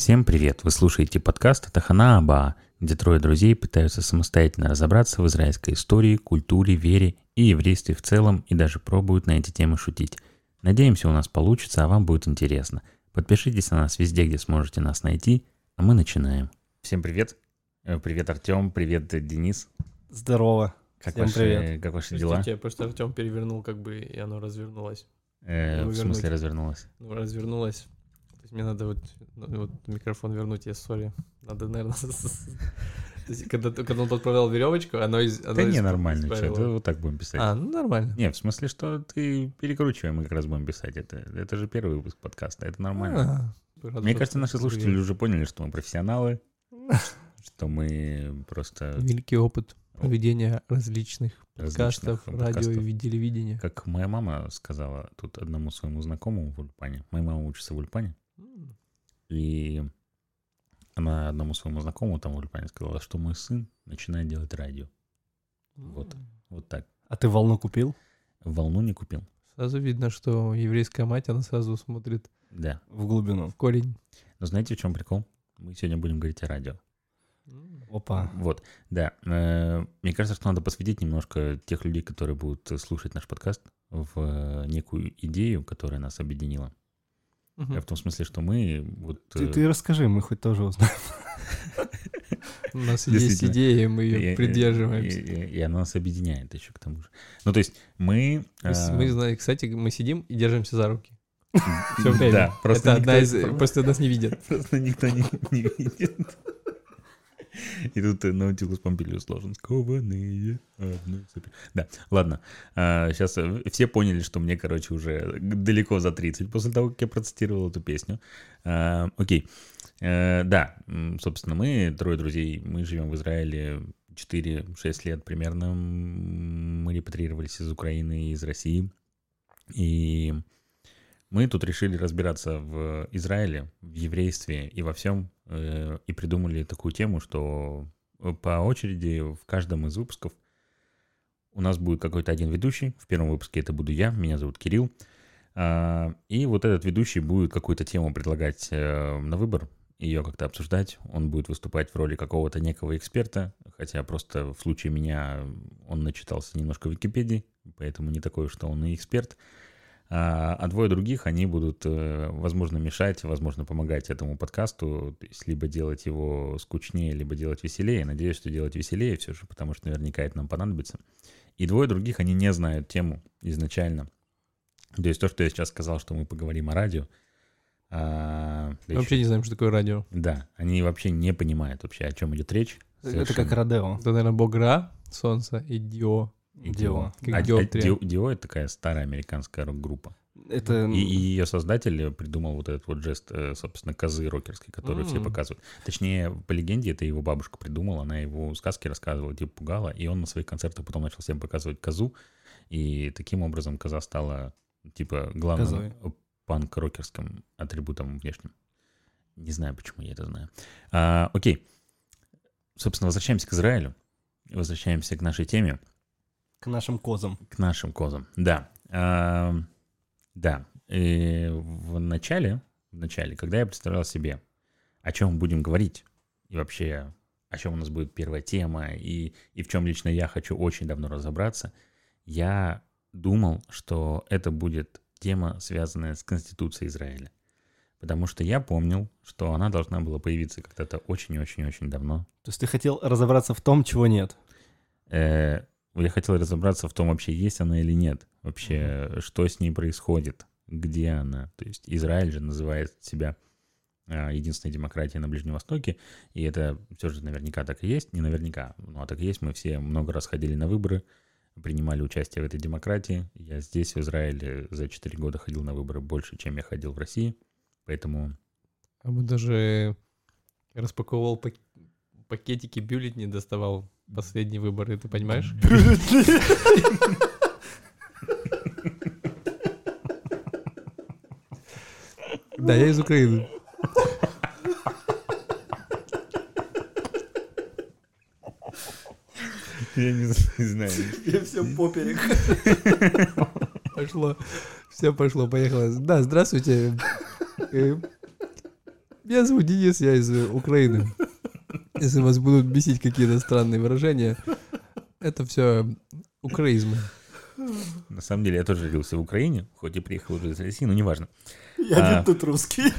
Всем привет! Вы слушаете подкаст «Тахана Аба», где трое друзей пытаются самостоятельно разобраться в израильской истории, культуре, вере и еврействе в целом и даже пробуют на эти темы шутить. Надеемся, у нас получится, а вам будет интересно. Подпишитесь на нас везде, где сможете нас найти, а мы начинаем. Всем привет! Привет, Артем, привет, Денис. Здорово. Как Всем привет. Как ваши дела? Просто Артем перевернул, и оно развернулось. В смысле развернулось? Развернулось. То есть мне надо вот микрофон вернуть, сори. Надо, наверное, когда он подправлял веревочку, оно нормально, что, это вот так будем писать. Нормально. Не, в смысле, что ты перекручиваем, мы как раз будем писать. Это же первый выпуск подкаста, это нормально. Мне кажется, наши слушатели уже поняли, что мы профессионалы, что мы просто... Великий опыт проведения различных подкастов, радио и телевидения. Как моя мама сказала тут одному своему знакомому в Ульпане. Моя мама учится в Ульпане. И она одному своему знакомому там в Ульпане сказала, что мой сын начинает делать радио. Вот так. А ты волну купил? Волну не купил. Сразу видно, что еврейская мать, она сразу смотрит в глубину, в корень. Но знаете, в чем прикол? Мы сегодня будем говорить о радио. Опа. Вот, да. Мне кажется, что надо посвятить немножко тех людей, которые будут слушать наш подкаст, в некую идею, которая нас объединила. В том смысле, что мы... Ты расскажи, мы хоть тоже узнаем. У нас есть идея, мы ее придерживаемся. И она нас объединяет еще к тому же. Ну, то есть мы... Кстати, мы сидим и держимся за руки. Все время. Да, просто нас не видят. Просто никто не видит. И тут Наутилус Помпилиус сложен. Скованные одной цепью. Да, ладно. Сейчас все поняли, что мне, уже далеко за 30 после того, как я процитировал эту песню. Окей. Да, собственно, мы, трое друзей, мы живем в Израиле 4-6 лет примерно. Мы репатриировались из Украины и из России. И мы тут решили разбираться в Израиле, в еврействе и во всем, и придумали такую тему, что по очереди в каждом из выпусков у нас будет какой-то один ведущий. В первом выпуске это буду я, меня зовут Кирилл. И вот этот ведущий будет какую-то тему предлагать на выбор, ее как-то обсуждать. Он будет выступать в роли какого-то некого эксперта, хотя просто в случае меня он начитался немножко в Википедии, поэтому не такой, что он и эксперт. А двое других, они будут, возможно, мешать, возможно, помогать этому подкасту, то есть либо делать его скучнее, либо делать веселее. Надеюсь, что делать веселее все же, потому что наверняка это нам понадобится. И двое других, они не знают тему изначально. То есть то, что я сейчас сказал, что мы поговорим о радио. Вообще не знаем, что такое радио. Да, они вообще не понимают вообще, о чем идет речь. Это как Родео. Это, наверное, бог Ра, Солнце и Дио. Дио. Дио — это такая старая американская рок-группа. Это... И ее создатель придумал вот этот вот жест, собственно, козы рокерской, которую все показывают. Точнее, по легенде, это его бабушка придумала, она его сказки рассказывала, типа пугала, и он на своих концертах потом начал всем показывать козу, и таким образом коза стала, типа, главным панк-рокерским атрибутом внешним. Не знаю, почему я это знаю. Окей. Собственно, возвращаемся к Израилю, возвращаемся к нашей теме. К нашим козам. К нашим козам, да. Да. И в начале, когда я представлял себе, о чем будем говорить, и вообще, о чем у нас будет первая тема, и в чем лично я хочу очень давно разобраться, я думал, что это будет тема, связанная с Конституцией Израиля. Потому что я помнил, что она должна была появиться когда-то очень-очень-очень давно. То есть ты хотел разобраться в том, чего нет? Я хотел разобраться в том, вообще есть она или нет. Вообще, что с ней происходит, где она. То есть Израиль же называет себя единственной демократией на Ближнем Востоке, и это все же наверняка так и есть. Не наверняка, а так и есть. Мы все много раз ходили на выборы, принимали участие в этой демократии. Я здесь, в Израиле, за 4 года ходил на выборы больше, чем я ходил в России. Поэтому... А мы даже распаковывал пакетики, бюллетени доставал. Последние выборы, ты понимаешь? Да, я из Украины. Я не знаю. Я все поперек. Пошло. Все пошло, поехало. Да, здравствуйте. Меня зовут Денис, я из Украины. Если вас будут бесить какие-то странные выражения, это все украизмы. На самом деле, я тоже родился в Украине, хоть и приехал уже из России, но неважно. Я ведь тут русский.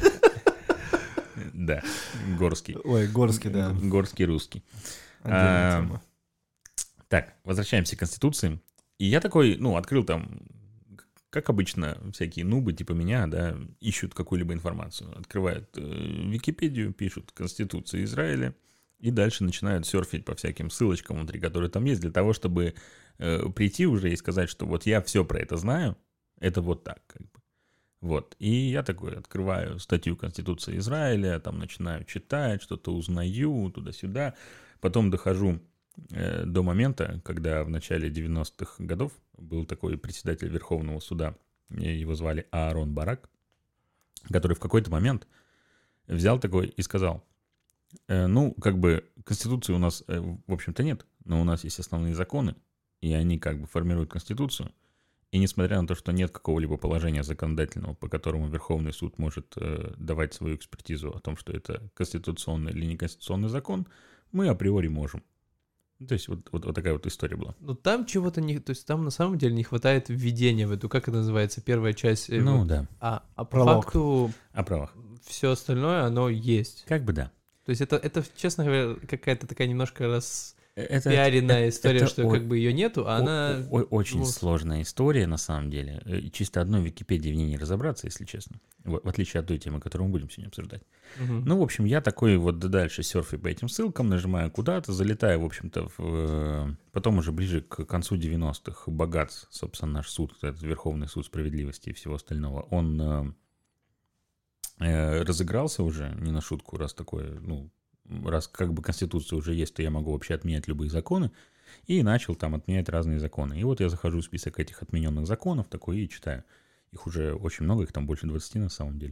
Да, горский. Ой, горский, да. Горский русский. Отдельная тема. Так, возвращаемся к Конституции. И я такой, открыл там, как обычно, всякие нубы типа меня, да, ищут какую-либо информацию. Открывают Википедию, пишут Конституция Израиля, и дальше начинают серфить по всяким ссылочкам внутри, которые там есть, для того, чтобы прийти уже и сказать, что вот я все про это знаю, это вот так, как бы. Вот. И я такой открываю статью Конституции Израиля, там начинаю читать, что-то узнаю, туда-сюда. Потом дохожу до момента, когда в начале 90-х годов был такой председатель Верховного суда, его звали Аарон Барак, который в какой-то момент взял такой и сказал, Конституции у нас, в общем-то, нет, но у нас есть основные законы, и они как бы формируют Конституцию. И несмотря на то, что нет какого-либо положения законодательного, по которому Верховный суд может давать свою экспертизу о том, что это конституционный или неконституционный закон, мы априори можем. То есть вот такая вот история была. Ну там чего-то не... То есть там на самом деле не хватает введения в эту... Как это называется? Первая часть... Да. А по Пролог. факту О правах. все остальное, оно есть. Как бы да. То есть это, честно говоря, какая-то такая немножко Это распиаренная история, что о- как бы ее нету, а она... Очень ну, сложная история, на самом деле. И чисто одной Википедии в ней не разобраться, если честно. В отличие от той темы, которую мы будем сегодня обсуждать. мгм. Ну, в общем, я такой вот дальше серфю по этим ссылкам, нажимаю куда-то, залетаю, в общем-то, потом уже ближе к концу 90-х Багац, собственно, наш суд, этот Верховный суд справедливости и всего остального, он разыгрался уже, не на шутку, раз как бы Конституция уже есть, то я могу вообще отменять любые законы, и начал там отменять разные законы. И вот я захожу в список этих отмененных законов такой и читаю. Их уже очень много, их там больше 20 на самом деле.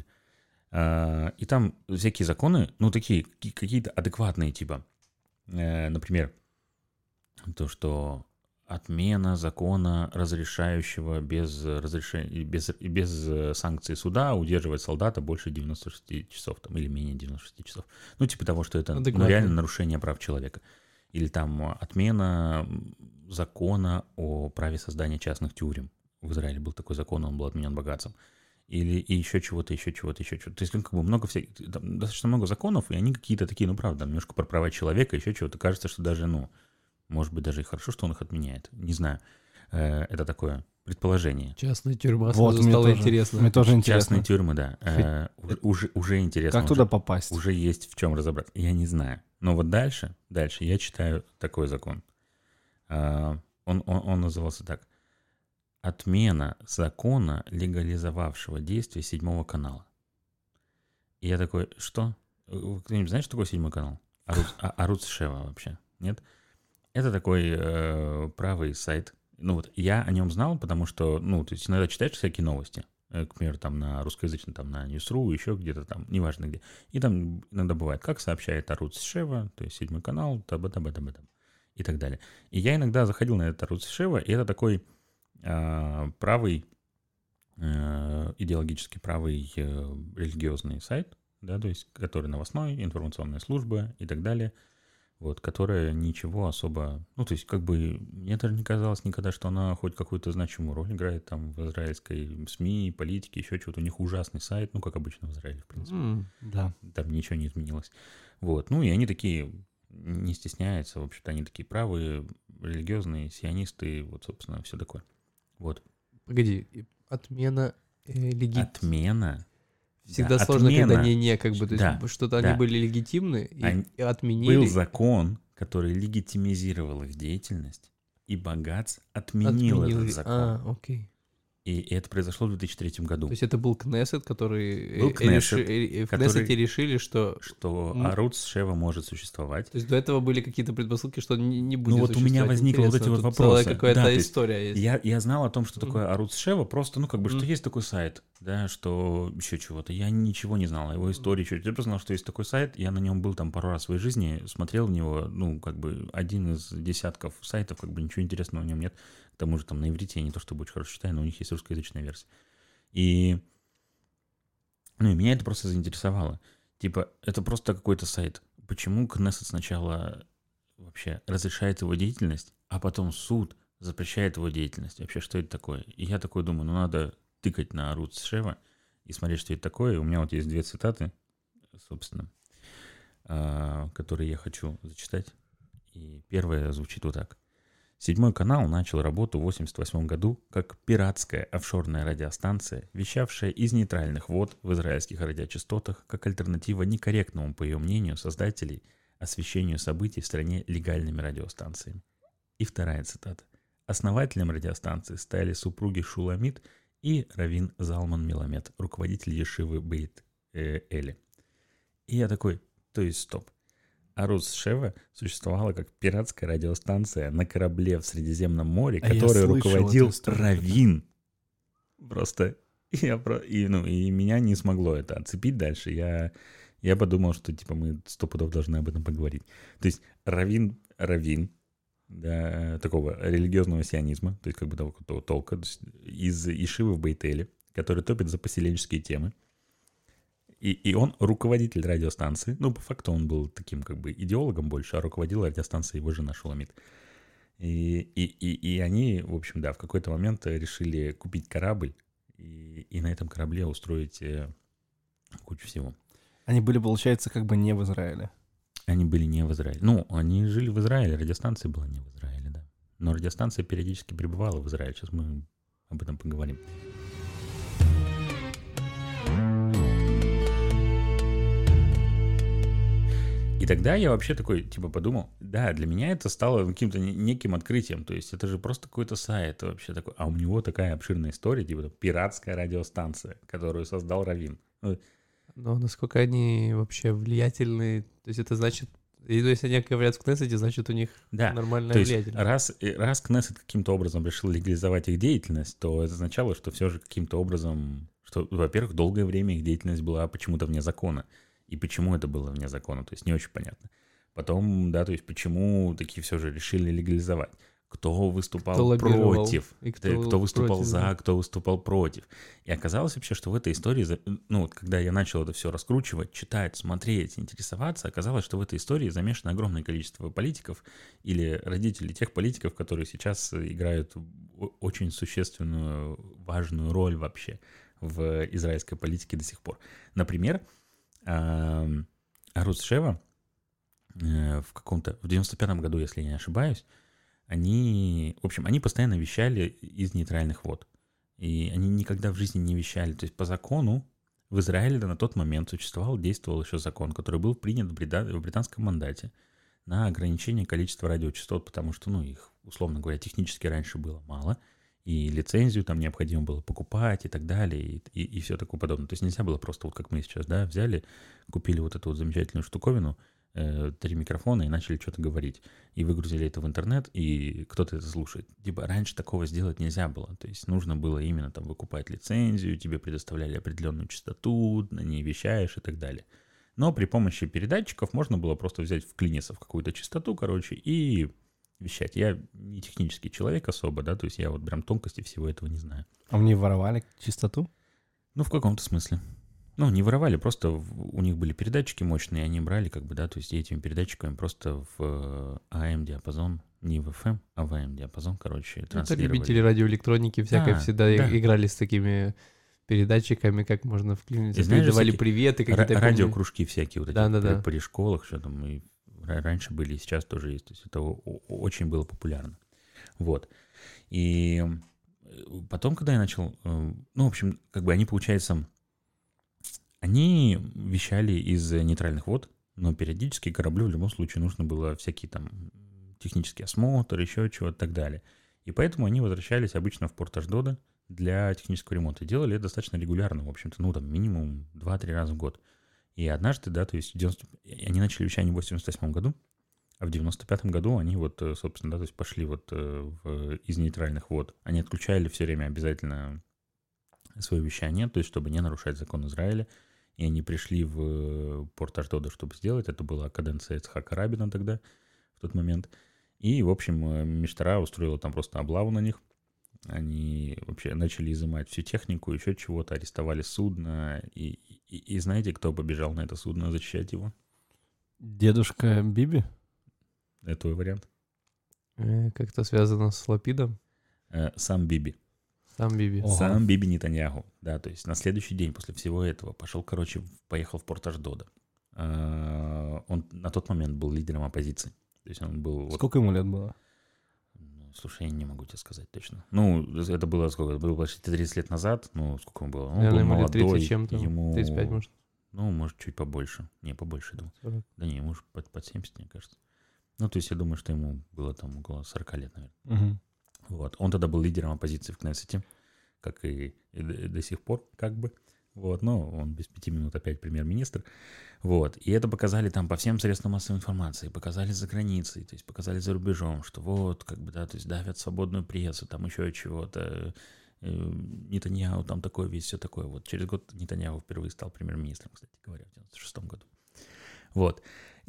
И там всякие законы, такие, какие-то адекватные, типа, например, то, что отмена закона, разрешающего без санкций суда удерживать солдата больше 96 часов, там, или менее 96 часов. Типа того, что это Адекватно. реально нарушение прав человека. Или там отмена закона о праве создания частных тюрем. В Израиле был такой закон, он был отменен Багацем. Или и еще чего-то. То есть как бы много всяких, там достаточно много законов, и они какие-то такие, правда, немножко про права человека, еще чего-то. Кажется, что даже, может быть, даже и хорошо, что он их отменяет. Не знаю. Это такое предположение. Частная тюрьма Вот, сразу мне стало тоже. интересно. Мне тоже интересно. Частные тюрьмы, да. Уже интересно. Как туда попасть? Уже есть в чем разобраться. Я не знаю. Но вот дальше я читаю такой закон. Он назывался так. Отмена закона, легализовавшего действие 7 канала. И я такой, что? Кто-нибудь знает, что такое 7 канал? Аруц Шева вообще, нет? Это такой правый сайт. Я о нем знал, потому что, то есть иногда читаешь всякие новости. К примеру, там на русскоязычном, там на Ньюс.ру, еще где-то там, неважно где. И там иногда бывает, как сообщает Аруц Шева, то есть 7 канал, таба-таба-таба-таба, и так далее. И я иногда заходил на этот Аруц Шева, и это такой правый, идеологически правый религиозный сайт, да, то есть который новостной, информационная служба и так далее, вот, которая ничего особо, то есть как бы мне даже не казалось никогда, что она хоть какую-то значимую роль играет там в израильской СМИ, политике, еще что-то. У них ужасный сайт, как обычно в Израиле, в принципе. Да. Там ничего не изменилось. Вот, и они такие не стесняются, в общем-то, они такие правые, религиозные, сионисты, вот, собственно, все такое. Вот. Погоди, отмена Отмена. Всегда Да, сложно, отмена. когда не как бы, то есть Да, что-то да. они были легитимны и отменили. Был закон, который легитимизировал их деятельность, и Багац отменил этот закон. Окей. И это произошло в 2003 году. То есть это был Кнессет, который... Был Кнессет, в который- Кнессете решили, что... Что М. Аруц Шева может существовать. То есть до этого были какие-то предпосылки, что не будет вот у меня существовать. возникли вот эти Интересно, вот тут целая вопросы. какая-то Да, то есть история есть. Я знал о том, что такое Аруц Шева, просто, что Мгм. есть такой сайт, да, что еще чего-то. Я ничего не знал о его истории, чего-то. Я просто знал, что есть такой сайт, я на нем был там пару раз в своей жизни, смотрел в него, один из десятков сайтов, ничего интересного в нем нет. К тому же там на иврите я не то чтобы очень хорошо читаю, но у них есть русскоязычная версия. И меня это просто заинтересовало. Типа, это просто какой-то сайт. Почему Кнессет сначала вообще разрешает его деятельность, а потом суд запрещает его деятельность? Вообще, что это такое? И я такой думаю, ну надо тыкать на Арутз Шева и смотреть, что это такое. И у меня вот есть 2 цитаты, собственно, которые я хочу зачитать. И первая звучит вот так. 7 канал начал работу в 1988 году как пиратская офшорная радиостанция, вещавшая из нейтральных вод в израильских радиочастотах как альтернатива некорректному, по ее мнению, создателей освещению событий в стране легальными радиостанциями. И вторая цитата. Основателем радиостанции стали супруги Шуламит и раввин Залман Меламед, руководитель ешивы Бейт Эли. И я такой, то есть стоп. Арутз Шева существовала как пиратская радиостанция на корабле в Средиземном море, который руководил раввин. Просто и меня не смогло это отцепить дальше. Я подумал, что типа мы 100% должны об этом поговорить. То есть раввин, да, такого религиозного сионизма, то есть как бы такого толка, из ешивы в Бейт-Эле, который топит за поселенческие темы. И он руководитель радиостанции. Ну, по факту он был таким как бы идеологом больше, а руководил радиостанцией его жена Шуламит. И они, в общем, да, в какой-то момент решили купить корабль и на этом корабле устроить кучу всего. Они были, получается, как бы не в Израиле. Они были не в Израиле. Ну, они жили в Израиле, радиостанция была не в Израиле, да. Но радиостанция периодически пребывала в Израиле. Сейчас мы об этом поговорим. И тогда я вообще такой, типа, подумал, да, для меня это стало каким-то неким открытием. То есть это же просто какой-то сайт вообще такой. А у него такая обширная история, типа, пиратская радиостанция, которую создал раввин. Но насколько они вообще влиятельны, то есть это значит, если они говорят в Кнессете, значит у них нормальная то есть влиятельность. раз Кнессет каким-то образом решил легализовать их деятельность, то это означало, что все же каким-то образом, что, во-первых, долгое время их деятельность была почему-то вне закона. И почему это было вне закона, то есть не очень понятно. Потом, да, то есть почему такие все же решили легализовать. Кто выступал против, кто выступал против, за, кто выступал против. И оказалось вообще, что в этой истории, ну вот когда я начал это все раскручивать, читать, смотреть, интересоваться, оказалось, что в этой истории замешано огромное количество политиков или родителей тех политиков, которые сейчас играют очень существенную, важную роль вообще в израильской политике до сих пор. Например, Арутз Шева в 95-м году, если я не ошибаюсь, они постоянно вещали из нейтральных вод. И они никогда в жизни не вещали. То есть по закону в Израиле на тот момент действовал еще закон, который был принят в британском мандате на ограничение количества радиочастот, потому что, ну, их, условно говоря, технически раньше было мало, и лицензию там необходимо было покупать и так далее, и все такое подобное. То есть нельзя было просто, вот как мы сейчас, да, взяли, купили вот эту вот замечательную штуковину, 3 микрофона и начали что-то говорить. И выгрузили это в интернет, и кто-то это слушает. Типа раньше такого сделать нельзя было. То есть нужно было именно там выкупать лицензию, тебе предоставляли определенную частоту, на ней вещаешь и так далее. Но при помощи передатчиков можно было просто взять вклиниться в какую-то частоту, короче, и вещать. Я не технический человек особо, да, то есть я вот прям тонкости всего этого не знаю. А мне воровали частоту? Ну, в каком-то смысле. Ну, не воровали, просто у них были передатчики мощные, они брали, как бы, да, то есть этими передатчиками просто в AM-диапазон, не в FM, а в AM-диапазон, короче, транслировали. Это любители радиоэлектроники всякой всегда играли с такими передатчиками, как можно вклиниться, передавали приветы, какие-то... Радиокружки всякие вот эти при школах, что там, и раньше были, и сейчас тоже есть, то есть это очень было популярно. Вот. И потом, когда я начал, ну, в общем, как бы они, получается... Они вещали из нейтральных вод, но периодически кораблю в любом случае нужно было всякие там технический осмотр, еще чего-то и так далее. И поэтому они возвращались обычно в порт Ашдода для технического ремонта. И делали это достаточно регулярно, в общем-то, ну там минимум 2-3 раза в год. И однажды, да, то есть они начали вещание в 88 году, а в 95 году они вот, собственно, да, то есть пошли вот из нейтральных вод. Они отключали все время обязательно свое вещание, то есть чтобы не нарушать закон Израиля. И они пришли в порт Ашдода, чтобы сделать. Это была каденция Ицхака Рабина тогда, в тот момент. И, в общем, Миштара устроила там просто облаву на них. Они вообще начали изымать всю технику, еще чего-то, арестовали судно. И И знаете, кто побежал на это судно защищать его? Дедушка Биби? Это твой вариант. Как-то связано с Лапидом. Сам Биби. Сам Биби. Ого. Сам Биби Нетаньяху. Да, то есть на следующий день после всего этого поехал в порт Ашдода. Он на тот момент был лидером оппозиции. То есть он был... Сколько ему лет было? Слушай, я не могу тебе сказать точно. Ну, это было сколько? Это было почти 30 лет назад. Ну, сколько ему было? Он Наверное, был ему лет молодой. 30 чем-то. Ему... 35, может. Ну, может, чуть побольше. Не, побольше, я думаю. 40. Да не, ему уже под 70, мне кажется. Ну, то есть я думаю, что ему было там около 40 лет, наверное. Мгм. Вот. Он тогда был лидером оппозиции в Кнессете, как и до сих пор, как бы. Вот. Но он без 5 минут опять премьер-министр. Вот. И это показали там по всем средствам массовой информации, показали за границей, то есть показали за рубежом, что вот, как бы, да, то есть давят свободную прессу, там еще чего-то. Нетаньяху там такое, весь все такое. Вот через год Нетаньяху впервые стал премьер-министром, кстати говоря, в 1996 году. Вот.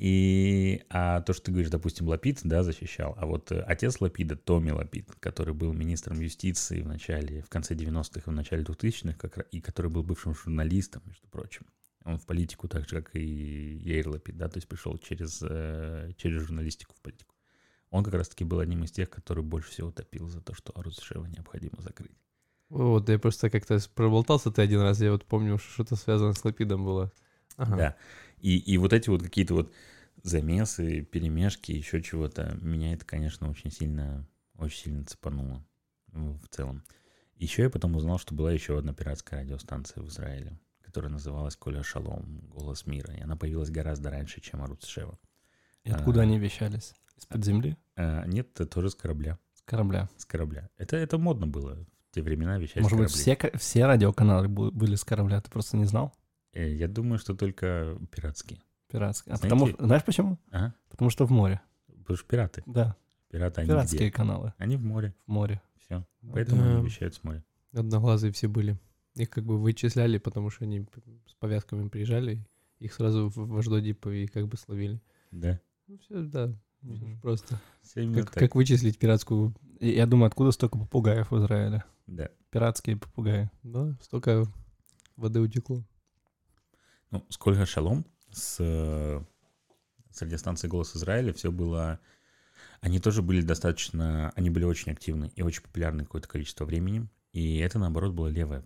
А то, что ты говоришь, допустим, Лапид, да, защищал, а вот отец Лапида, Томи Лапид, который был министром юстиции в конце 90-х и в начале 2000-х, и который был бывшим журналистом, между прочим, он в политику так же, как и Яир Лапид, да, то есть пришел через журналистику в политику. Он как раз-таки был одним из тех, который больше всего топил за то, что Арутз Шева необходимо закрыть. Вот, я просто как-то проболтался ты один раз, я вот помню, что что-то связано с Лапидом было. Ага. Да. И вот эти вот какие-то вот замесы, перемешки, еще чего-то, меня это, конечно, очень сильно цепануло в целом. Еще я потом узнал, что была еще одна пиратская радиостанция в Израиле, которая называлась «Коля Шалом», «Голос мира», и она появилась гораздо раньше, чем Арутз Шева. И откуда они вещались? Из-под земли? Нет, это тоже с корабля. С корабля. С корабля. Это модно было в те времена вещать Может с быть, кораблей. все радиоканалы были с корабля, ты просто не знал? Я думаю, что только пиратские. Пиратские. Знаете- Знаешь почему? Ага. Потому что в море. Потому что пираты. Да, Пираты, они пиратские где? каналы Они в море. в море. Все. Поэтому Да. они вещают с моря. Одноглазые все были. Их как бы вычисляли, потому что они с повязками приезжали, их сразу в Аждоде и как бы словили. Да. Ну все, да, всё ж просто. Все именно Как, так. как вычислить пиратскую... И я думаю, откуда столько попугаев в Израиле? Да. Пиратские попугаи. Да, столько воды утекло. Ну, сколько шалом с радиостанцией «Голос Израиля» все было... Они тоже были достаточно... Они были очень активны и очень популярны какое-то количество времени. И это, наоборот, была левая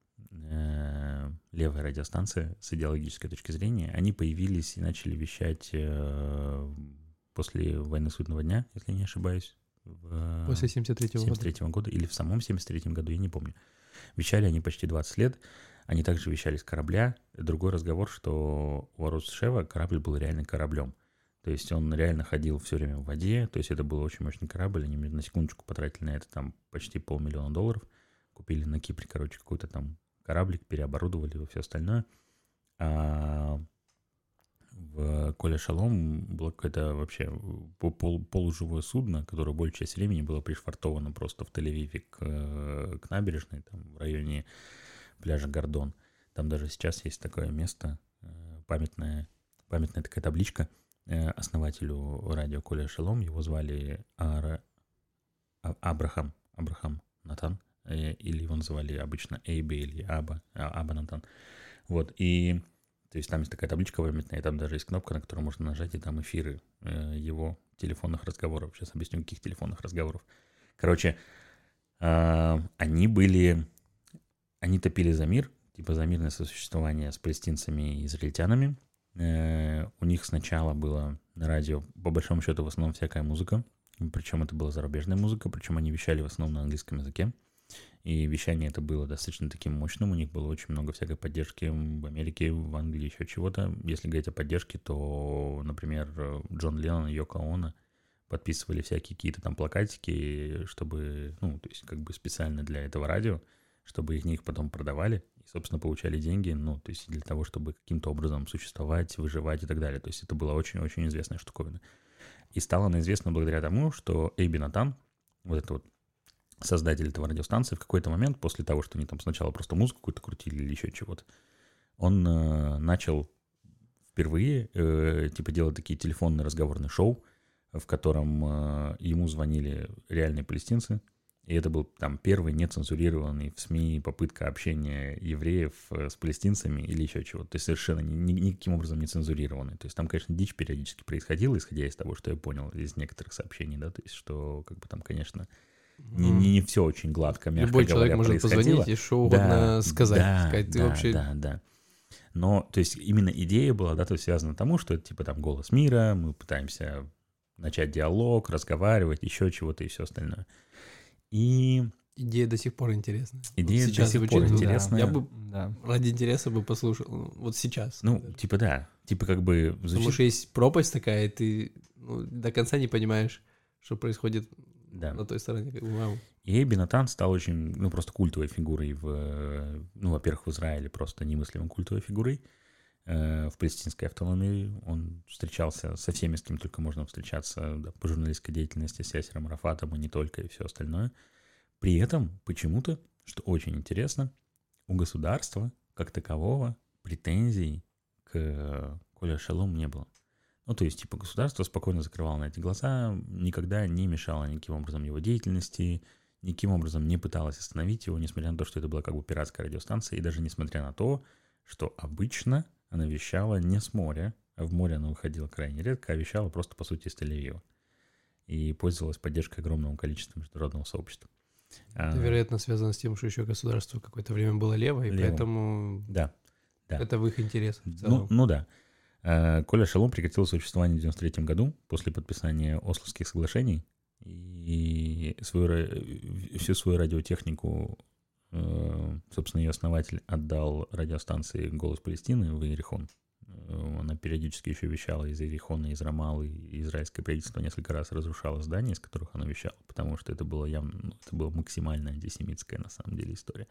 радиостанция с идеологической точки зрения. Они появились и начали вещать после войны Судного дня, если я не ошибаюсь. После 73-го года. 73-го года или в самом 73-м году, я не помню. Вещали они почти 20 лет. Они также вещали с корабля. Другой разговор, что у Арутз Шева корабль был реально кораблем. То есть он реально ходил все время в воде. То есть это был очень мощный корабль. Они на секундочку потратили на это там почти $500 000. Купили на Кипре, короче, какой-то там кораблик, переоборудовали и все остальное. А в Коле Шалом было какое-то вообще полуживое судно, которое большую часть времени было пришвартовано просто в Тель-Авиве к набережной, там в районе пляжа Гордон. Там даже сейчас есть такое место, памятная такая табличка основателю радио Коля Шалом. Его звали Абрахам Натан, или его называли обычно Эйби или Аба Натан. Вот, и то есть там есть такая табличка памятная, и там даже есть кнопка, на которую можно нажать, и там эфиры его телефонных разговоров. Сейчас объясню, каких телефонных разговоров. Короче, они топили за мир, типа за мирное сосуществование с палестинцами и израильтянами. У них сначала было на радио, по большому счету, в основном всякая музыка, причем это была зарубежная музыка, причем они вещали в основном на английском языке. И вещание это было достаточно таким мощным, у них было очень много всякой поддержки в Америке, в Англии, еще чего-то. Если говорить о поддержке, то, например, Джон Леннон и Йоко Оно подписывали всякие какие-то там плакатики, чтобы, ну, то есть как бы специально для этого радио, чтобы их потом продавали и, собственно, получали деньги, ну, то есть для того, чтобы каким-то образом существовать, выживать и так далее. То есть это была очень-очень известная штуковина. И стала она известна благодаря тому, что Эйби Натан, вот это вот создатель этого радиостанции, в какой-то момент, после того, что они там сначала просто музыку какую-то крутили или еще чего-то, он начал впервые типа делать такие телефонные разговорные шоу, в котором ему звонили реальные палестинцы И это был там первый нецензурированный в СМИ попытка общения евреев с палестинцами или еще чего-то. То есть совершенно никаким образом не цензурированный. То есть там, конечно, дичь периодически происходила, исходя из того, что я понял из некоторых сообщений, да, то есть что как бы там, конечно, не все очень гладко, мягко Любой говоря, человек может происходило. позвонить и что угодно сказать. Сказать, ты да, вообще... да. Но, то есть именно идея была, да, то есть связана к тому, что это типа там голос мира, мы пытаемся начать диалог, разговаривать, еще чего-то и все остальное. И Идея до сих пор интересная. идея Вот сейчас до сих пор звучит, интересная. Я бы ради интереса бы послушал. Вот сейчас. Ну, типа да. Типа как бы Потому звучит... что есть пропасть такая, и ты до конца не понимаешь, что происходит на той стороне. Как бы, вау. И Эбби Натан стал очень, ну, просто культовой фигурой во-первых, в Израиле просто немыслимой культовой фигурой. В палестинской автономии он встречался со всеми, с кем только можно встречаться, да, по журналистской деятельности, с Ясером Арафатом и не только, и все остальное. При этом почему-то, что очень интересно, у государства как такового претензий к Коле Шалому не было. Ну, то есть, типа, государство спокойно закрывало на эти глаза, никогда не мешало никаким образом его деятельности, никаким образом не пыталось остановить его, несмотря на то, что это была как бы пиратская радиостанция, и даже несмотря на то, что обычно она вещала не с моря, а в море она выходила крайне редко, а вещала просто, по сути, из Тель-Авива. И пользовалась поддержкой огромного количества международного сообщества. Это, вероятно, связано с тем, что еще государство какое-то время было лево, и поэтому это в их интересах. Ну да. Коля Шалом прекратил существование в 1993 году после подписания Ословских соглашений, и всю свою радиотехнику, собственно, ее основатель отдал радиостанции «Голос Палестины» в Иерихон. Она периодически еще вещала из Иерихона, из Рамаллы, и израильское правительство несколько раз разрушало здания, из которых она вещала, потому что это было явно, это была максимально антисемитская на самом деле история.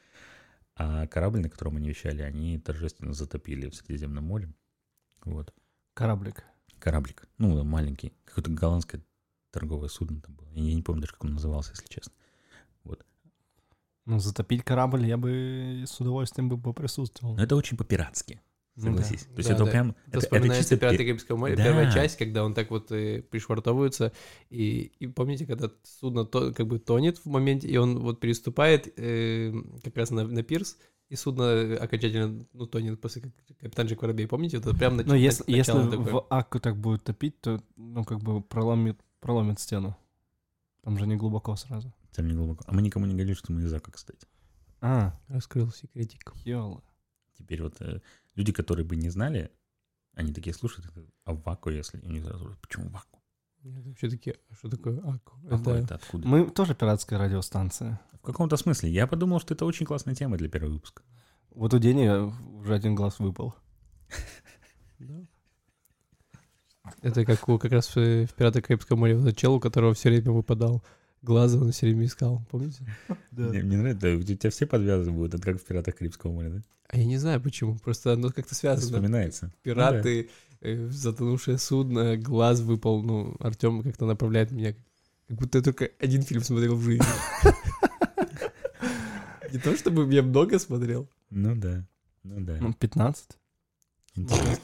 А корабль, на котором они вещали, они торжественно затопили в Средиземном море. Вот. Кораблик. Ну, маленький. Какое-то голландское торговое судно там было. Я не помню даже, как он назывался, если честно. Вот. Ну, затопить корабль я бы с удовольствием бы поприсутствовал. Но это очень по-пиратски. Согласись. Ну, то есть это прям... Это вспоминается «Пираты Карибского моря», первая часть, когда он так вот пришвартовывается, и помните, когда судно как бы тонет в моменте, и он вот переступает как раз на пирс, и судно окончательно тонет после «Капитан Джек Воробей». Помните? Это прям но если в Акку так будет топить, то как бы проломит стену. Там же не глубоко сразу. Там не глубоко. А мы никому не говорили, что мы из Ака, кстати. Раскрыл секретик. Ёла. Теперь вот люди, которые бы не знали, они такие слушают, а в Аку, если... И у них сразу, почему в Аку? Вообще такие, а что такое Аку? Это откуда? Мы тоже пиратская радиостанция. В каком-то смысле. Я подумал, что это очень классная тема для первого выпуска. Вот у Дени уже один глаз выпал. Это как раз в «Пиратах Карибского моря» вот чел, у которого все время выпадал глаз, он все время искал, помните? Да. Мне нравится, у тебя все подвязаны будут, это как в «Пиратах Карибского моря», да? А я не знаю почему, просто оно как-то связано. Вспоминается. Пираты, затонувшее судно, глаз выпал, Артем как-то направляет меня, как будто я только один фильм смотрел в жизни. Не то, чтобы я много смотрел. Ну да. 15. Интересно.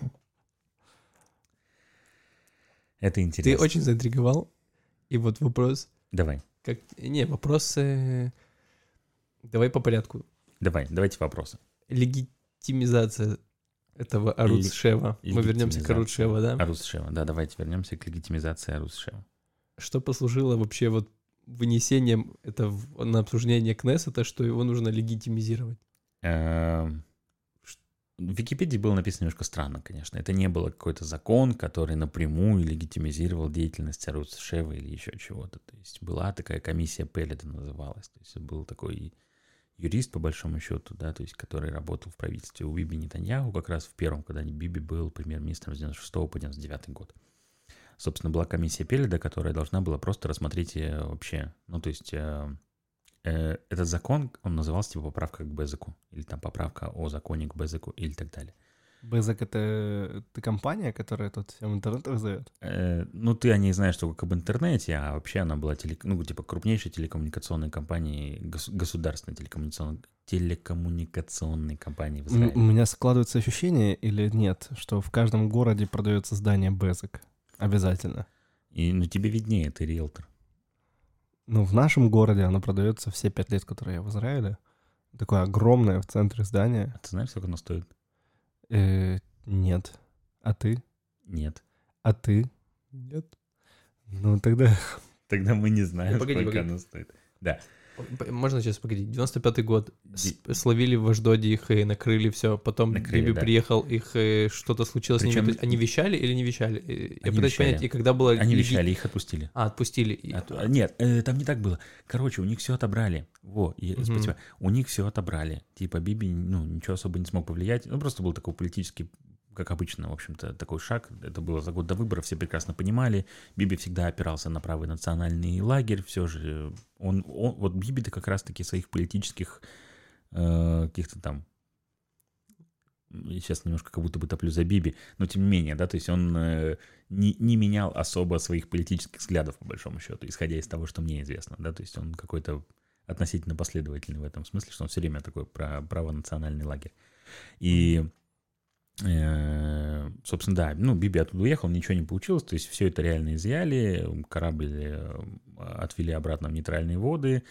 Это интересно. Ты очень заинтриговал. И вот вопрос. Давай. Вопрос... Давай по порядку. Давайте вопросы. Легитимизация этого Аруц Шева. Мы вернемся к Аруц Шева, да? Аруц Шева, да, давайте вернемся к легитимизации Аруц Шева. Что послужило вообще вот вынесением это на обсуждение Кнессета, что его нужно легитимизировать? В Википедии было написано немножко странно, конечно. Это не был какой-то закон, который напрямую легитимизировал деятельность Аруц Шева или еще чего-то. То есть была такая комиссия Пеледа называлась. То есть был такой юрист, по большому счету, да, то есть который работал в правительстве у Биби Нетаньяху как раз в первом, когда Биби был премьер-министром с 96 по 99 год. Собственно, была комиссия Пеледа, которая должна была просто рассмотреть вообще, ну, то есть этот закон, он назывался типа поправка к Безеку, или там поправка о законе к Безеку, или так далее. Безек — это компания, которая тут всем интернет раздает? Ну, ты о ней знаешь только об интернете, а вообще она была крупнейшей телекоммуникационной компанией, государственной телекоммуникационной компанией в Израиле. У меня складывается ощущение, или нет, что в каждом городе продается здание Безек. Обязательно. И, тебе виднее, ты риэлтор. Ну, в нашем городе оно продается все 5 лет, которые я в Израиле. Такое огромное в центре здания. А ты знаешь, сколько оно стоит? Нет. А ты? Нет. А ты? Нет. Ну, тогда... Тогда мы не знаем, Погоди, сколько погоди. оно стоит. Да. Можно сейчас, погоди, 95-й год, Ди- словили в Аждоде их и накрыли все, потом Накрыли, Биби да. приехал, их что-то случилось с ними, Причем- то есть они вещали или не вещали? Я Они пытаюсь понять, вещали. и когда было... Они вещали, их отпустили. отпустили. Нет, там не так было. Короче, у них все отобрали. Спасибо. У них все отобрали. Типа Биби, ничего особо не смог повлиять. Ну, просто был такой политический, как обычно, в общем-то, такой шаг. Это было за год до выборов, все прекрасно понимали. Биби всегда опирался на правый национальный лагерь. Все же вот Биби-то как раз-таки своих политических каких-то там... Сейчас немножко как будто бы топлю за Биби, но тем не менее, да, то есть он не менял особо своих политических взглядов, по большому счету, исходя из того, что мне известно, да, то есть он какой-то относительно последовательный в этом смысле, что он все время такой про правонациональный лагерь. И, собственно, да, Биби оттуда уехал, ничего не получилось, то есть все это реально изъяли, корабль отвели обратно в нейтральные воды.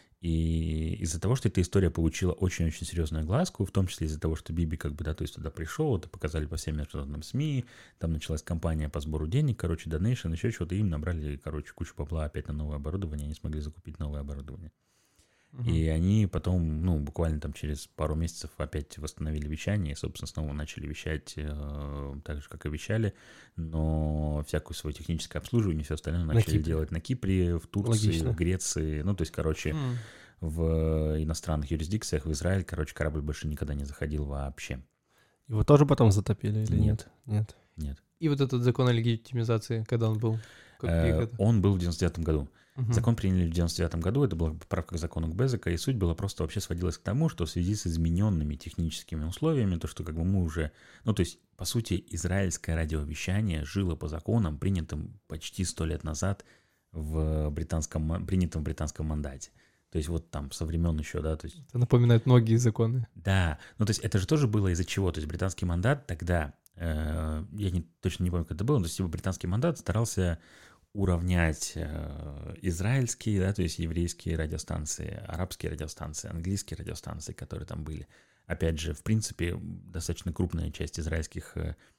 И из-за того, что эта история получила очень-очень серьезную огласку, в том числе из-за того, что Биби как бы, да, то есть туда пришел, это показали по всем международным СМИ, там началась кампания по сбору денег, короче, донейшн, еще что-то, им набрали, короче, кучу бабла опять на новое оборудование, они смогли закупить новое оборудование. И они потом, буквально там через пару месяцев опять восстановили вещание и, собственно, снова начали вещать так же, как и вещали, но всякое свое техническое обслуживание, все остальное начали делать на Кипре, в Турции, Логично. в Греции, то есть, короче, в иностранных юрисдикциях, в Израиль, короче, корабль больше никогда не заходил вообще. Его тоже потом затопили или Нет. нет? Нет. И вот этот закон о легитимизации, когда он был? Он был в 99 году. Мгм. Закон приняли в 99 году, это была поправка к закону Кбезека, и суть была просто вообще сводилась к тому, что в связи с измененными техническими условиями, то, что как бы мы уже... то есть, по сути, израильское радиовещание жило по законам, принятым почти 100 лет назад принятым в британском мандате. То есть вот там со времен еще, да, то есть... Это напоминает многие законы. Да, то есть это же тоже было из-за чего? То есть британский мандат тогда, я точно не помню, как это было, но то есть британский мандат старался уравнять израильские, да, то есть еврейские радиостанции, арабские радиостанции, английские радиостанции, которые там были. Опять же, в принципе, достаточно крупная часть израильских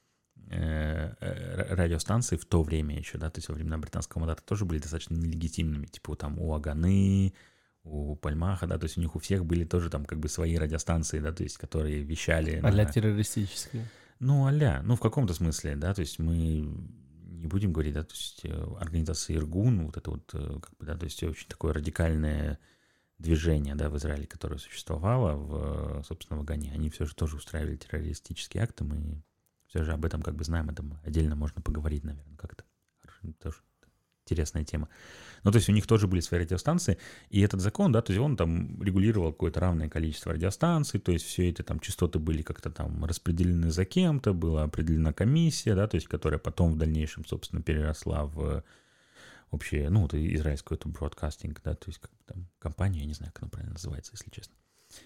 радиостанций в то время еще, да, то есть во времена британского мандата тоже были достаточно нелегитимными, типа вот там у Аганы, у Пальмаха, да, то есть у них у всех были тоже там как бы свои радиостанции, да, то есть которые вещали... А-ля террористические. в каком-то смысле, да, то есть мы не будем говорить, да, то есть организация Иргун, вот это вот, как бы, да, то есть очень такое радикальное движение, да, в Израиле, которое существовало, собственно, в Агане, они все же тоже устраивали террористические акты, мы все же об этом как бы знаем, это отдельно можно поговорить, наверное, как-то. Тоже интересная тема. То есть у них тоже были свои радиостанции, и этот закон, да, то есть он там регулировал какое-то равное количество радиостанций, то есть все эти там частоты были как-то там распределены за кем-то, была определена комиссия, да, то есть которая потом в дальнейшем, собственно, переросла в общее, вот израильскую эту бродкастинг, да, то есть как бы там компанию, я не знаю, как она правильно называется, если честно.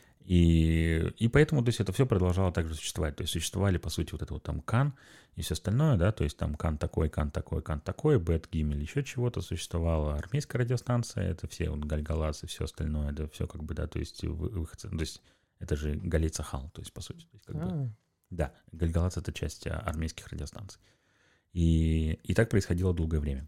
И поэтому, то есть, это все продолжало также существовать. То есть, существовали, по сути, вот это вот там Кан и все остальное, да, то есть, там Кан такой, Бет, Гимель, еще чего-то существовало. Армейская радиостанция, это все вот Гальгалас и все остальное, это все как бы, да, то есть, выходцы, то есть, это же Галей Цахал, то есть, по сути. То есть, как бы, да, Гальгалас — это часть армейских радиостанций. И так происходило долгое время.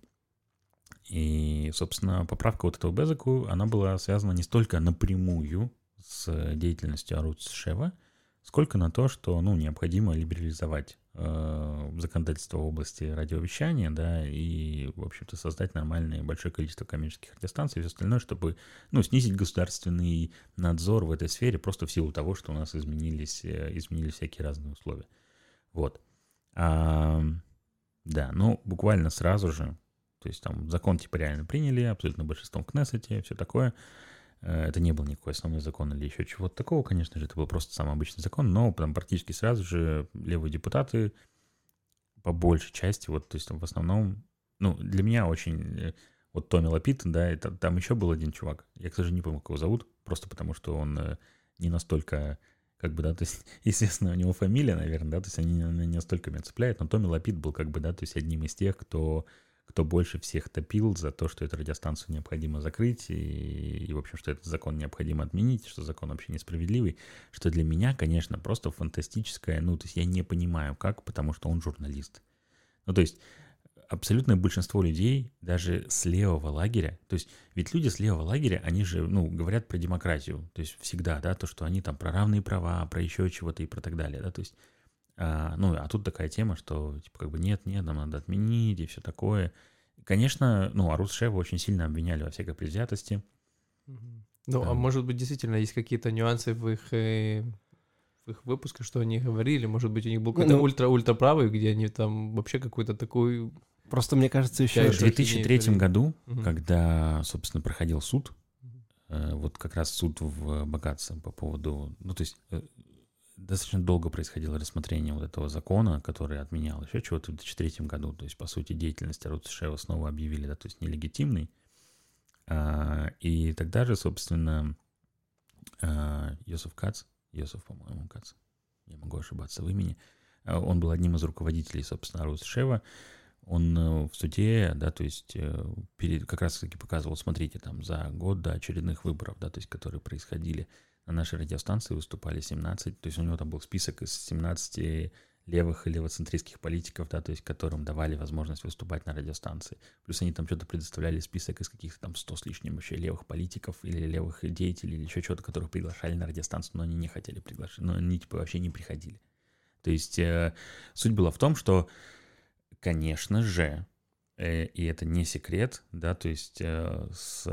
И, собственно, поправка вот этого Безеку, она была связана не столько напрямую с деятельностью Аруц Шева, сколько на то, что, необходимо либерализовать законодательство в области радиовещания, да, и, в общем-то, создать нормальное большое количество коммерческих радиостанций и все остальное, чтобы, снизить государственный надзор в этой сфере просто в силу того, что у нас изменились всякие разные условия. Вот. Да, буквально сразу же, то есть там закон типа реально приняли, абсолютно большинством в Кнессете, все такое. Это не был никакой основной закон или еще чего-то такого, конечно же, это был просто самый обычный закон, но там практически сразу же левые депутаты по большей части, вот, то есть в основном, для меня очень, вот Томми Лапид, да, там еще был один чувак, я, к сожалению, не помню, как его зовут, просто потому что он не настолько, как бы, да, то есть, естественно, у него фамилия, наверное, да, то есть они не настолько меня цепляют, но Томми Лапид был, как бы, да, то есть одним из тех, кто кто больше всех топил за то, что эту радиостанцию необходимо закрыть, и в общем, что этот закон необходимо отменить, что закон вообще несправедливый, что для меня, конечно, просто фантастическое, ну, то есть я не понимаю, как, потому что он журналист. Ну, то есть абсолютное большинство людей, даже с левого лагеря, то есть ведь люди с левого лагеря, они же, ну, говорят про демократию, то есть всегда, да, то, что они там про равные права, про еще чего-то и про так далее, да, то есть а тут такая тема, что, типа, как бы, нет, нам надо отменить и все такое. Конечно, ну, Арут Шева очень сильно обвиняли во всякой предвзятости. Ну, а может быть, действительно, есть какие-то нюансы в их выпусках, что они говорили? Может быть, у них был какой-то ультра-правый, где они там вообще какой-то такой... Просто, мне кажется, еще... В 2003 году, когда, собственно, проходил суд, вот как раз суд в Багатце по поводу... Ну, то есть... Достаточно долго происходило рассмотрение вот этого закона, который отменял еще чего-то в 2003 году. То есть, по сути, деятельность Арут Шева снова объявили, да, то есть нелегитимной. И тогда же, собственно, Йосеф, по-моему, Кац, я могу ошибаться в имени, он был одним из руководителей, собственно, Арут Шева. Он в суде, да, то есть как раз-таки показывал, смотрите, там за год до очередных выборов, да, то есть которые происходили, на нашей радиостанции выступали 17, то есть у него там был список из 17 левых и левоцентристских политиков, да, то есть которым давали возможность выступать на радиостанции. Плюс они там что-то предоставляли список из каких-то там 100 с лишним вообще левых политиков или левых деятелей или еще чего-то, которых приглашали на радиостанцию, но они не хотели приглашать, но они типа вообще не приходили. То есть суть была в том, что, конечно же, и это не секрет, да, то есть с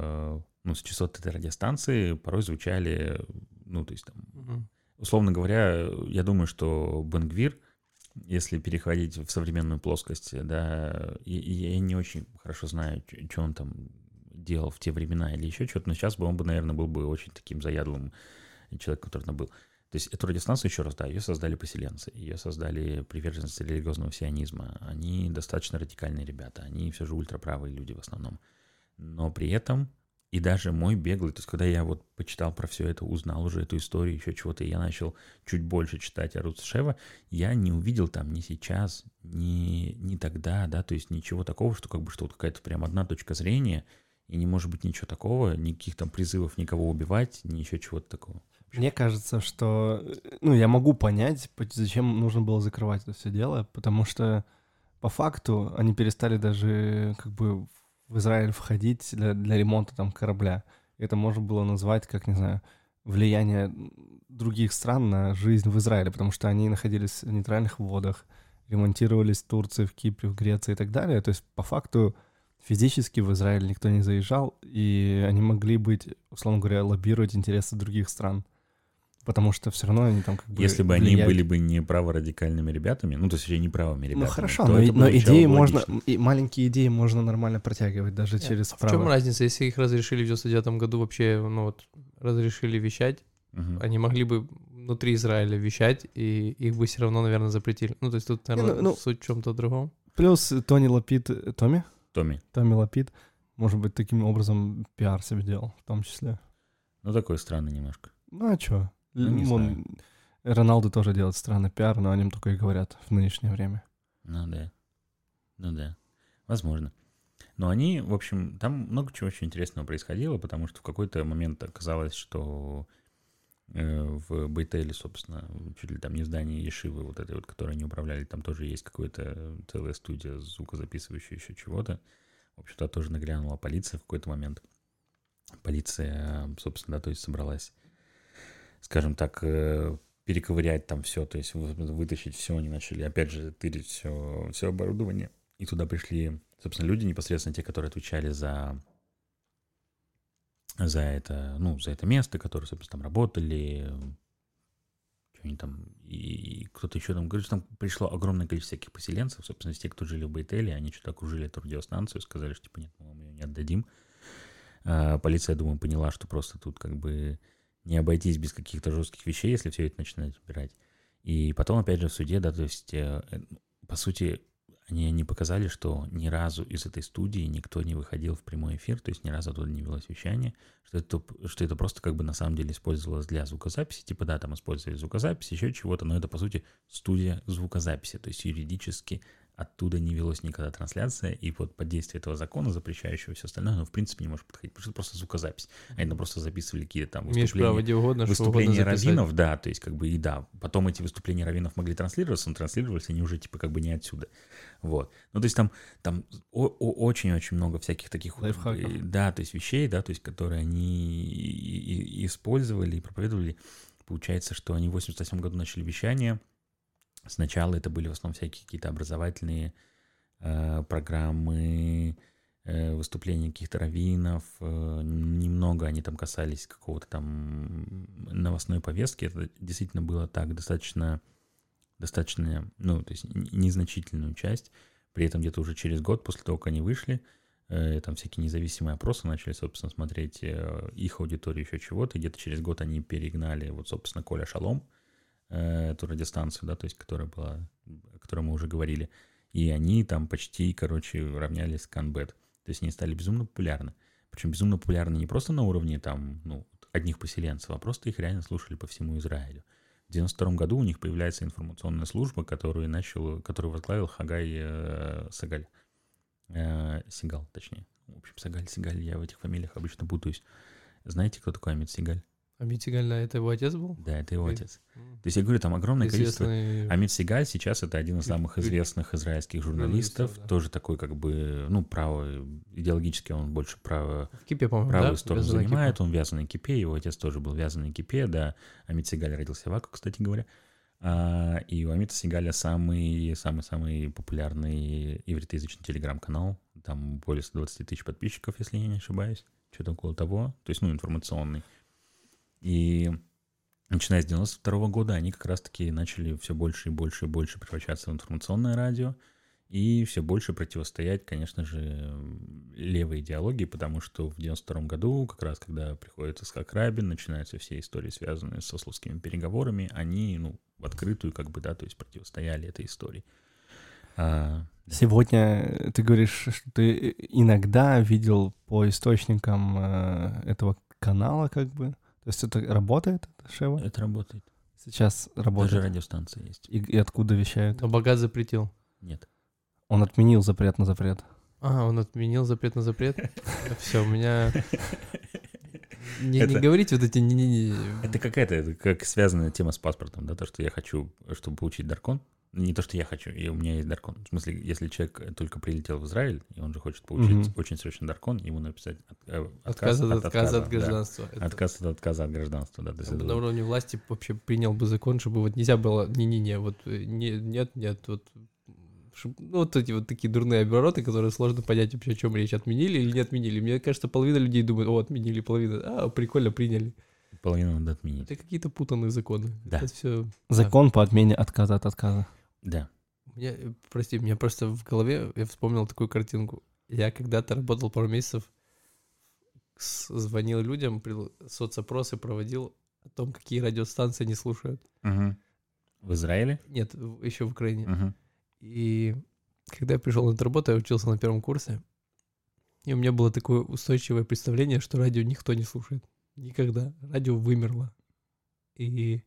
частот этой радиостанции порой звучали, ну, то есть там, условно говоря, я думаю, что Бен-Гвир, если переходить в современную плоскость, да, я не очень хорошо знаю, что он там делал в те времена или еще что-то, но сейчас бы он бы, наверное, был бы очень таким заядлым человеком, который там был. То есть эту радиостанцию, еще раз, да, ее создали поселенцы, ее создали приверженцы религиозного сионизма. Они достаточно радикальные ребята, они все же ультраправые люди в основном. Но при этом, и даже мой беглый, то есть когда я вот почитал про все это, узнал уже эту историю, еще чего-то, и я начал чуть больше читать Арут Шева, я не увидел там ни сейчас, ни тогда, да, то есть ничего такого, что как бы что вот какая-то прям одна точка зрения, и не может быть ничего такого, никаких там призывов никого убивать, ни еще чего-то такого. Мне кажется, что, ну, я могу понять, зачем нужно было закрывать это все дело, потому что по факту они перестали даже как бы в Израиль входить для ремонта там корабля. Это можно было назвать, как, не знаю, влияние других стран на жизнь в Израиле, потому что они находились в нейтральных водах, ремонтировались в Турции, в Кипре, в Греции и так далее. То есть по факту физически в Израиль никто не заезжал, и они могли быть, условно говоря, лоббировать интересы других стран. Потому что все равно они там как бы... Если бы они были бы не праворадикальными ребятами, ну, то есть не правыми ребятами... Ну, хорошо, но идеи можно... И маленькие идеи можно нормально протягивать даже через право. В чем разница, если их разрешили в 99 году вообще, ну, вот, разрешили вещать, они могли бы внутри Израиля вещать, и их бы все равно, наверное, запретили. Ну, то есть тут, наверное, суть в чем-то другом. Плюс Тони Лапид... Томми Лапид, может быть, таким образом пиар себе делал, в том числе. Ну, такой странный немножко. Ну, а чё? Роналду тоже делает странный пиар, но о нем только и говорят в нынешнее время. Ну да, возможно. Но они, в общем, там много чего очень интересного происходило, потому что в какой-то момент оказалось, что в Бейтеле, собственно, чуть ли там не в здании Ешивы, вот этой вот, которой они управляли, там тоже есть какая-то целая студия звукозаписывающая еще чего-то. В общем-то, тоже нагрянула полиция в какой-то момент. Полиция, собственно, да, то есть собралась, скажем так, перековырять там все, то есть вытащить все, они начали, опять же, тырить все оборудование, и туда пришли, собственно, люди непосредственно, те, которые отвечали за это, ну, за это место, которые, собственно, там работали, что они там, и кто-то еще там, говорит, что там пришло огромное количество всяких поселенцев, собственно, те, кто жили в Бейтеле, они что-то окружили эту радиостанцию, сказали, что, типа, нет, мы вам ее не отдадим. Полиция, думаю, поняла, что просто тут как бы не обойтись без каких-то жестких вещей, если все это начинать убирать. И потом, опять же, в суде, да, то есть, по сути, они показали, что ни разу из этой студии никто не выходил в прямой эфир, то есть ни разу оттуда не велось вещание, что это просто как бы на самом деле использовалось для звукозаписи, типа, да, там использовали звукозапись, еще чего-то, но это, по сути, студия звукозаписи, то есть юридически оттуда не велось никогда трансляция, и вот под действие этого закона, запрещающего все остальное, оно в принципе не может подходить, потому что это просто звукозапись. Они просто записывали какие-то там выступления раввинов, да, то есть как бы и да. Потом эти выступления раввинов могли транслироваться, но транслировались они уже типа как бы не отсюда. Вот. Ну то есть там очень-очень много всяких таких лайфхаков. Да, то есть вещей, да, то есть которые они использовали и проповедовали. Получается, что они в 88 году начали вещание. Сначала это были в основном всякие какие-то образовательные программы, выступления каких-то раввинов. Немного они там касались какого-то там новостной повестки. Это действительно было так достаточно, ну, то есть незначительную часть. При этом где-то уже через год после того, как они вышли, там всякие независимые опросы начали, собственно, смотреть их аудиторию, еще чего-то. И где-то через год они перегнали, вот, собственно, Коля Шалом, эту радиостанцию, да, то есть, которая была, о которой мы уже говорили. И они там почти, короче, равнялись с Канбет. То есть они стали безумно популярны. Причем безумно популярны не просто на уровне там, ну, одних поселенцев, а просто их реально слушали по всему Израилю. В 92 году у них появляется информационная служба, которую возглавил Хагай Сигаль. Сигал, точнее. В общем, Сигаль, я в этих фамилиях обычно путаюсь. Знаете, кто такой Амит Сигаль? Амит Сигаль, это его отец был? Да, это его отец. То есть я говорю, там огромное количество... Амит Сигаль сейчас это один из самых известных израильских журналистов. Да. Тоже такой как бы, ну, идеологически он больше правую сторону занимает. Он вязаный кипе, его отец тоже был вязаный кипе, да. Амит Сигаль родился в Аку, кстати говоря. И у Амита Сигаля самый популярный ивритоязычный телеграм-канал. Там более 120 тысяч подписчиков, если я не ошибаюсь. Что-то около того. То есть, ну, информационный. И начиная с 92 года они как раз-таки начали все больше и больше и больше превращаться в информационное радио и все больше противостоять, конечно же, левой идеологии, потому что в 92 году, как раз когда приходит Ицхак Рабин, начинаются все истории, связанные с ословскими переговорами, они, ну, в открытую, как бы, да, то есть противостояли этой истории. Сегодня ты говоришь, что ты иногда видел по источникам этого канала, как бы. То есть это работает, Шева? Это работает. Сейчас работает. Даже радиостанция есть. И откуда вещают? Но Багат запретил. Нет. Он отменил запрет на запрет. Он отменил запрет на запрет? Все, у меня... Не говорите вот эти... Это какая-то, как связанная тема с паспортом, да, то, что я хочу, чтобы получить даркон. Не то, что я хочу, и у меня есть даркон. В смысле, если человек только прилетел в Израиль, и он же хочет получить очень срочно даркон, ему написать отказ от гражданства. Да. Отказ от отказа от гражданства, да. На уровне власти вообще принял бы закон, чтобы вот нельзя было нет, вот... Ну, вот эти вот такие дурные обороты, которые сложно понять вообще, о чем речь, отменили или не отменили. Мне кажется, половина людей думает, отменили, половина, прикольно, приняли. Половину надо отменить. Это какие-то путанные законы. Да. Это все... Закон по отмене отказа от отказа. Да. Меня просто в голове, я вспомнил такую картинку. Я когда-то работал пару месяцев, звонил людям, соцопросы проводил о том, какие радиостанции они слушают. Угу. В Израиле? Нет, еще в Украине. Угу. И когда я пришел на эту работу, я учился на первом курсе, и у меня было такое устойчивое представление, что радио никто не слушает. Никогда. Радио вымерло. И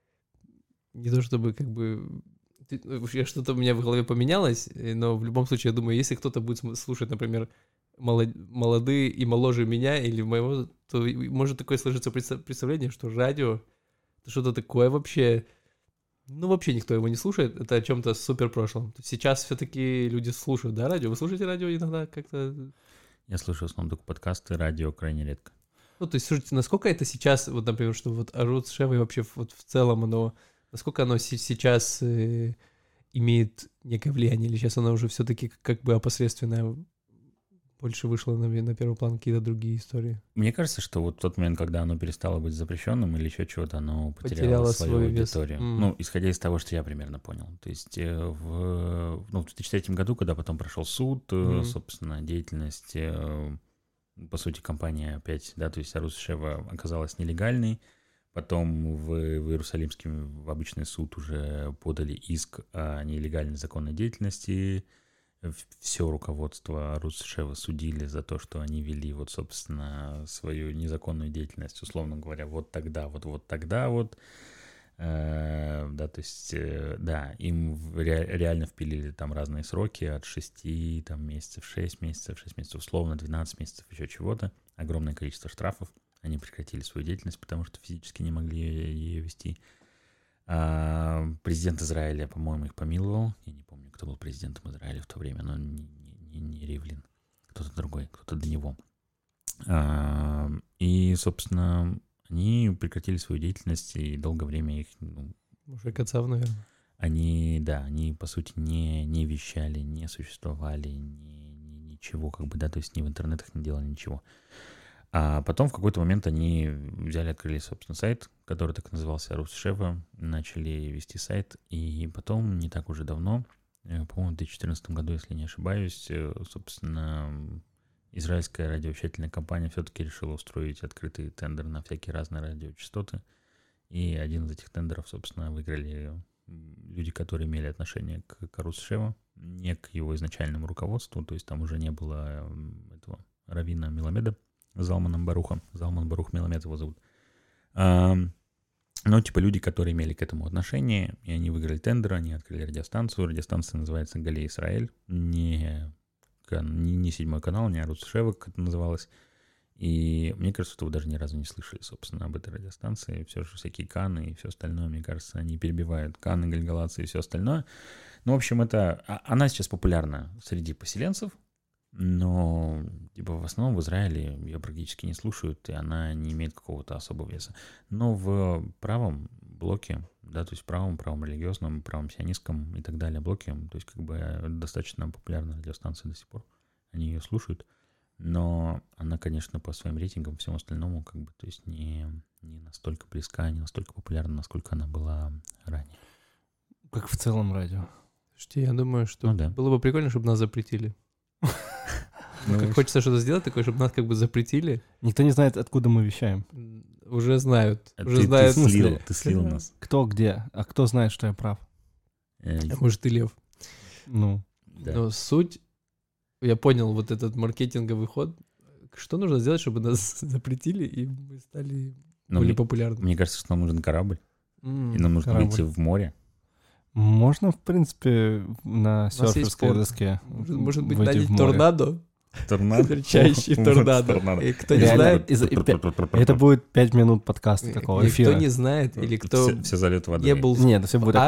не то чтобы как бы... Что-то у меня в голове поменялось, но в любом случае, я думаю, если кто-то будет слушать, например, молодые и моложе меня или моего, то может такое сложиться представление, что радио — это что-то такое вообще... Ну, вообще никто его не слушает, это о чем-то супер прошлом. Сейчас все-таки люди слушают, да, радио? Вы слушаете радио иногда как-то? Я слушаю в основном только подкасты, радио крайне редко. Ну, то есть, слушайте, насколько это сейчас, вот, например, что вот Арутс Шева и вообще вот в целом оно, насколько оно сейчас имеет некое влияние, или сейчас оно уже все-таки как бы опосредственное, больше вышло на первый план какие-то другие истории? Мне кажется, что вот в тот момент, когда оно перестало быть запрещенным или еще чего-то, оно потеряло свою аудиторию. Ну, исходя из того, что я примерно понял. То есть в 2003 году, когда потом прошел суд, собственно, деятельность, по сути, компания опять, да, то есть Арутс Шева оказалась нелегальной. Потом в Иерусалимский в обычный суд уже подали иск о нелегальной законной деятельности. Все руководство Арутс Шева судили за то, что они вели, вот, собственно, свою незаконную деятельность, условно говоря, вот тогда. Да, то есть, да, им реально впилили там разные сроки от 6 там, месяцев, 6 месяцев, условно, 12 месяцев, еще чего-то. Огромное количество штрафов. Они прекратили свою деятельность, потому что физически не могли ее вести. Президент Израиля, по-моему, их помиловал. Я не помню, кто был президентом Израиля в то время, но не Ривлин. Кто-то другой, кто-то до него. И, собственно, они прекратили свою деятельность, и долгое время их... Мужик отцов, наверное. Они, по сути, не вещали, не существовали, ничего, как бы, да, то есть ни в интернетах не делали ничего. А потом в какой-то момент они взяли, открыли, собственно, сайт, который так и назывался Русшева, начали вести сайт, и потом, не так уже давно, по-моему, в 2014 году, если не ошибаюсь, собственно, израильская радиовещательная компания все-таки решила устроить открытый тендер на всякие разные радиочастоты, и один из этих тендеров, собственно, выиграли люди, которые имели отношение к Русшеву, не к его изначальному руководству, то есть там уже не было этого раввина Меламеда, Залман Барух Меламед его зовут. Но типа люди, которые имели к этому отношение, и они выиграли тендер, они открыли радиостанцию. Радиостанция называется Галей Исраэль, не 7 канал, не Арус Шева, как это называлось. И мне кажется, что вы даже ни разу не слышали, собственно, об этой радиостанции. Все же всякие Каны и все остальное, мне кажется, они перебивают Каны, Гальгалацы и все остальное. Ну, в общем, она сейчас популярна среди поселенцев, но типа в основном в Израиле ее практически не слушают, и она не имеет какого-то особого веса. Но в правом блоке, да, то есть правом религиозном, правом сионистском и так далее блоке, то есть как бы достаточно популярная радиостанция до сих пор, они ее слушают, но она, конечно, по своим рейтингам, всему остальному, как бы, то есть не настолько близка, не настолько популярна, насколько она была ранее. Как в целом радио. Слушайте, я думаю, что было бы прикольно, чтобы нас запретили. Как хочется что-то сделать такое, чтобы нас как бы запретили. Никто не знает, откуда мы вещаем. Уже знают. Ты слил нас. Кто где? А кто знает, что я прав? Может, ты Лев. Ну. Но суть... Я понял вот этот маркетинговый ход. Что нужно сделать, чтобы нас запретили, и мы стали более популярны? Мне кажется, что нам нужен корабль. И нам нужно выйти в море. Можно, в принципе, на серферской доске. Может быть, нанять торнадо? Торнадо? Рычащий торнадо. И кто не знает... Это будет 5 минут подкаста такого эфира. Кто не знает, или кто все зальет водой. не был... Нет, все будет...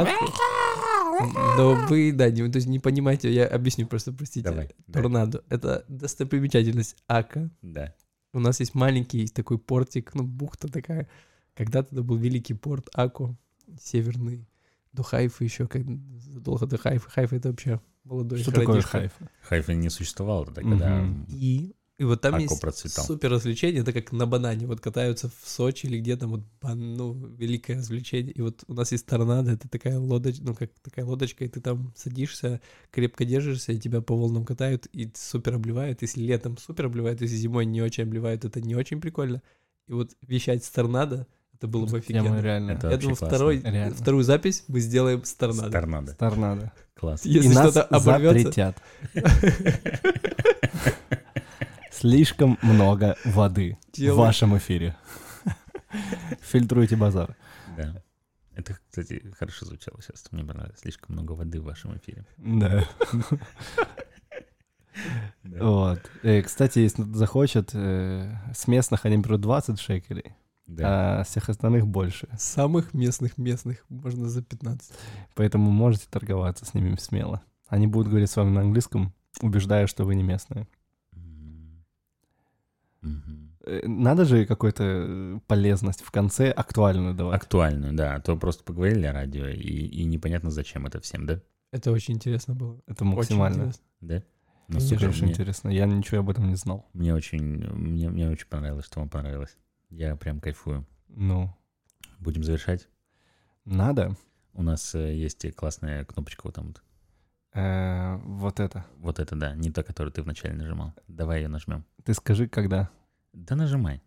Но вы, то есть не понимаете, я объясню просто, простите. Торнадо — это достопримечательность Ака. Да. У нас есть маленький такой портик, бухта такая. Когда-то это был великий порт Аку, северный. До Хайфа еще, задолго до Хайфа. Хайфа — это вообще молодой. Что такое Хайфа? Хайфа не существовало тогда, когда И вот там Аку есть процветал. супер развлечение, это как на банане, вот катаются в Сочи или где-то, вот, великое развлечение. И вот у нас есть торнадо, это такая лодочка, и ты там садишься, крепко держишься, и тебя по волнам катают, и супер обливают. Если летом супер обливают, если зимой не очень обливают, это не очень прикольно. И вот вещать с торнадо, это было бы офигенно. Реально. Я думаю, вторую запись мы сделаем с торнадо. С торнадо. Класс. Если что-то оборвется... Слишком много воды в вашем эфире. Фильтруйте базар. Да. Это, кстати, хорошо звучало сейчас. Мне понравилось. Слишком много воды в вашем эфире. Да. Вот. Кстати, если кто-то захочет, с местных они берут 20 шекелей, а с всех остальных больше. Самых местных можно за 15. Поэтому можете торговаться с ними смело. Они будут говорить с вами на английском, убеждая, что вы не местные. Надо же какую-то полезность в конце актуальную давать. Актуальную, да. А то просто поговорили о радио, и непонятно, зачем это всем, да? Это очень интересно было. Это максимально. Да? Ну, супер интересно. Я ничего об этом не знал. Мне очень понравилось, что вам понравилось. Я прям кайфую. Ну. Будем завершать? Надо. У нас есть классная кнопочка вот там вот. Вот это. Вот это, да. Не та, которую ты вначале нажимал. Давай ее нажмем. Ты скажи, когда. Да нажимай.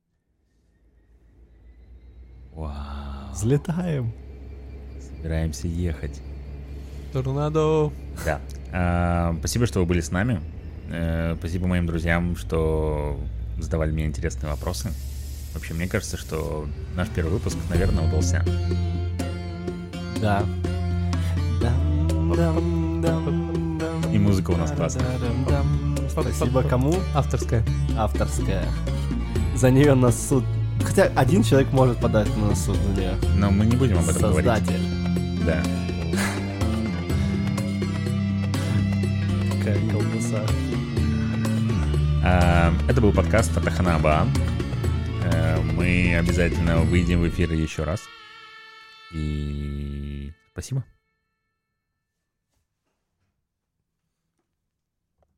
Вау. Взлетаем. Собираемся ехать. Торнадо. Да. Спасибо, что вы были с нами. Спасибо моим друзьям, что задавали мне интересные вопросы. Вообще, мне кажется, что наш первый выпуск, наверное, удался. Да. И музыка у нас классная. Спасибо кому? Авторская. Авторская. За нее на суд. Хотя один человек может подать на суд на нее. Но мы не будем об этом говорить. Создатель. Да. Какая колбаса. Это был подкаст Татаханаба. Мы обязательно выйдем в эфир еще раз. И спасибо.